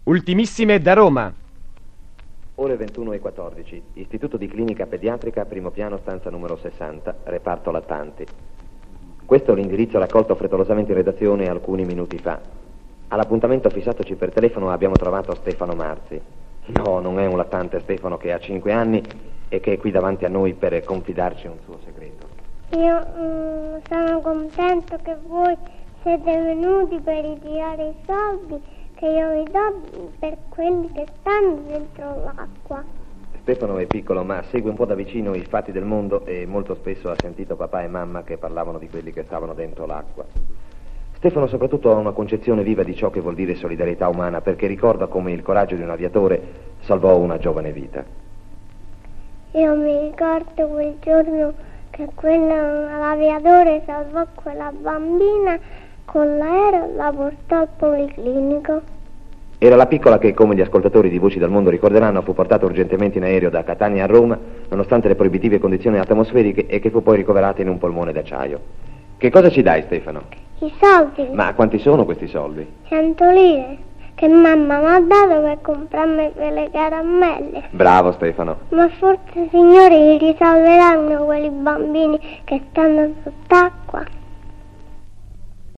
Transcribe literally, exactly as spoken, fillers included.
Ultimissime da Roma. Ore ventuno e quattordici. Istituto di Clinica Pediatrica, primo piano, stanza numero sessanta, reparto lattanti. Questo è l'indirizzo raccolto frettolosamente in redazione alcuni minuti fa. All'appuntamento fissatoci per telefono abbiamo trovato Stefano Marzi. No, non è un lattante, Stefano, che ha cinque anni e che è qui davanti a noi per confidarci un suo segreto. Io mm, sono contento che voi siete venuti per ritirare i soldi che io vi do per quelli che stanno dentro l'acqua. Stefano è piccolo, ma segue un po' da vicino i fatti del mondo e molto spesso ha sentito papà e mamma che parlavano di quelli che stavano dentro l'acqua. Stefano soprattutto ha una concezione viva di ciò che vuol dire solidarietà umana, perché ricorda come il coraggio di un aviatore salvò una giovane vita. Io mi ricordo quel giorno che quell'aviatore salvò quella bambina con l'aereo e la portò al policlinico. Era la piccola che, come gli ascoltatori di Voci dal Mondo ricorderanno, fu portata urgentemente in aereo da Catania a Roma, nonostante le proibitive condizioni atmosferiche, e che fu poi ricoverata in un polmone d'acciaio. Che cosa ci dai, Stefano? I soldi. Ma quanti sono questi soldi? Cento lire, che mamma mi ha dato per comprarmi quelle caramelle. Bravo, Stefano. Ma forse, signori, risalveranno quei bambini che stanno sott'acqua.